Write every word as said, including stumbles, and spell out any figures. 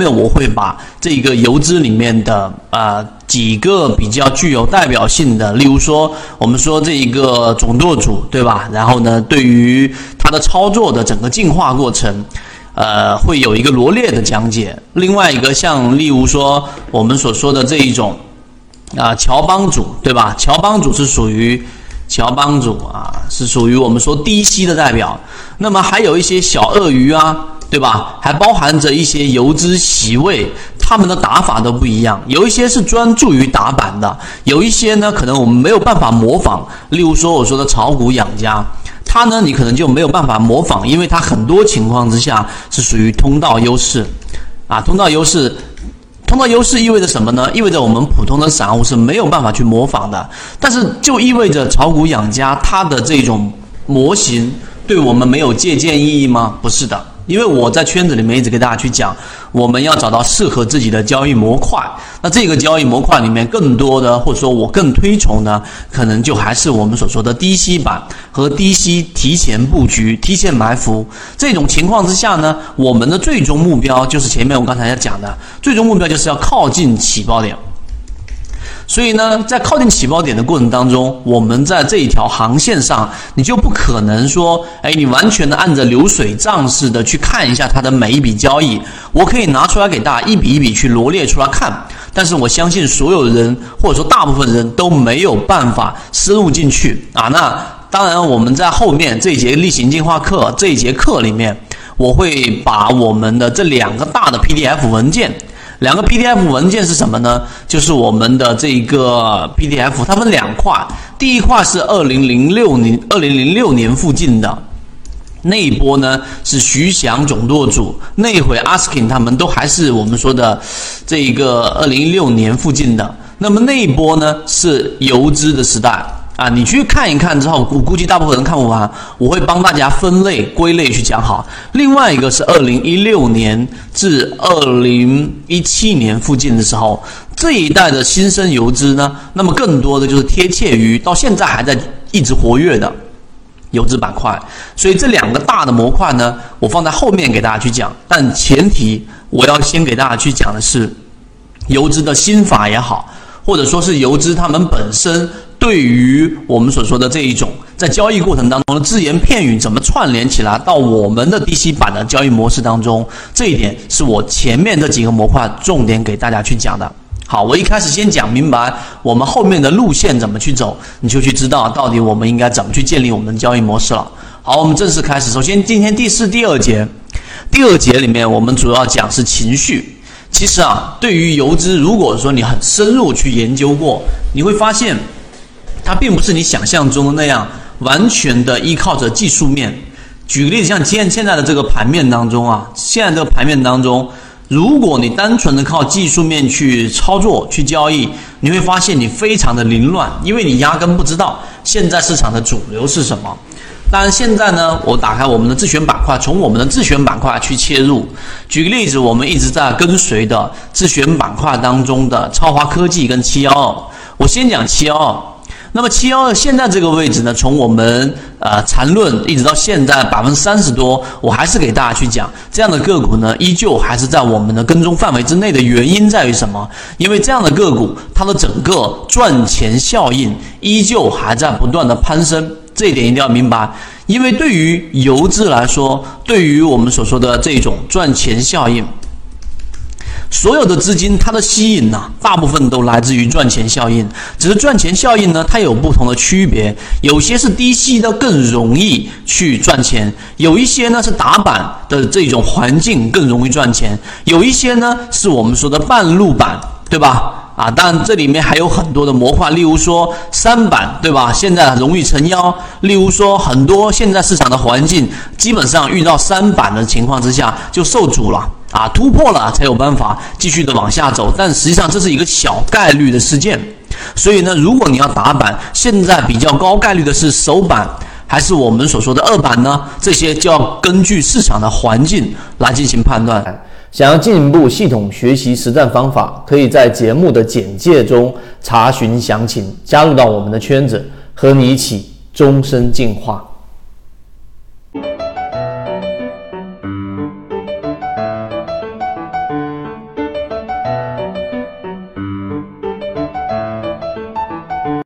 我会把这个游资里面的呃几个比较具有代表性的，例如说我们说这一个总舵主，对吧？然后呢，对于它的操作的整个进化过程，呃，会有一个罗列的讲解。另外一个像例如说我们所说的这一种啊、呃、乔帮主，对吧？乔帮主是属于乔帮主啊，是属于我们说低息的代表。那么还有一些小鳄鱼啊，对吧？还包含着一些游资席位，他们的打法都不一样。有一些是专注于打板的，有一些呢可能我们没有办法模仿。例如说我说的炒股养家，它呢你可能就没有办法模仿，因为它很多情况之下是属于通道优势啊，通道优势。通道优势意味着什么呢？意味着我们普通的散户是没有办法去模仿的，但是就意味着炒股养家它的这种模型对我们没有借鉴意义吗？不是的，因为我在圈子里面一直给大家去讲，我们要找到适合自己的交易模块。那这个交易模块里面更多的，或者说我更推崇的，可能就还是我们所说的低吸板和低吸提前布局、提前埋伏。这种情况之下呢，我们的最终目标就是前面我刚才要讲的，最终目标就是要靠近起爆点。所以呢，在靠近起爆点的过程当中，我们在这一条航线上，你就不可能说，哎，你完全的按着流水账似的去看一下它的每一笔交易。我可以拿出来给大家一笔一笔去罗列出来看，但是我相信所有人或者说大部分人都没有办法深入进去啊。那当然，我们在后面这一节例行进化课这一节课里面，我会把我们的这两个大的 P D F 文件。两个 P D F 文件是什么呢？就是我们的这个 P D F， 它分两块。第一块是二零零六年二零零六年附近的那一波呢，是徐翔总舵主，那一回 Asking 他们都还是我们说的这一个二零一六年附近的。那么那一波呢是游资的时代啊，你去看一看之后，我估计大部分人看不完，我会帮大家分类归类去讲好。另外一个是二零一六年至二零一七年附近的时候，这一代的新生游资呢，那么更多的就是贴切于到现在还在一直活跃的游资板块。所以这两个大的模块呢，我放在后面给大家去讲，但前提我要先给大家去讲的是游资的心法也好，或者说是游资他们本身对于我们所说的这一种在交易过程当中的只言片语怎么串联起来到我们的低吸版的交易模式当中，这一点是我前面这几个模块重点给大家去讲的。好，我一开始先讲明白我们后面的路线怎么去走，你就去知道到底我们应该怎么去建立我们的交易模式了。好，我们正式开始。首先今天第四第二节第二节里面我们主要讲是情绪。其实啊，对于游资，如果说你很深入去研究过，你会发现它并不是你想象中的那样完全的依靠着技术面。举个例子，像现现在的这个盘面当中啊，现在这个盘面当中，如果你单纯的靠技术面去操作去交易，你会发现你非常的凌乱，因为你压根不知道现在市场的主流是什么。当然现在呢，我打开我们的自选板块，从我们的自选板块去切入。举个例子，我们一直在跟随的自选板块当中的超华科技跟七一二。我先讲七一二。那么七一二现在这个位置呢，从我们呃缠论一直到现在百分之三十多，我还是给大家去讲这样的个股呢，依旧还是在我们的跟踪范围之内的原因在于什么？因为这样的个股它的整个赚钱效应依旧还在不断的攀升。这一点一定要明白，因为对于游资来说，对于我们所说的这种赚钱效应，所有的资金它的吸引呢、啊，大部分都来自于赚钱效应。只是赚钱效应呢，它有不同的区别，有些是低吸的更容易去赚钱，有一些呢是打板的这种环境更容易赚钱，有一些呢是我们说的半路板，对吧？啊，当然这里面还有很多的模块，例如说三板，对吧？现在容易成妖。例如说很多现在市场的环境，基本上遇到三板的情况之下就受阻了啊，突破了才有办法继续的往下走。但实际上这是一个小概率的事件，所以呢，如果你要打板，现在比较高概率的是首板还是我们所说的二板呢？这些就要根据市场的环境来进行判断。 想要进一步系统学习实战方法，可以在节目的简介中查询详情，加入到我们的圈子，和你一起终身进化。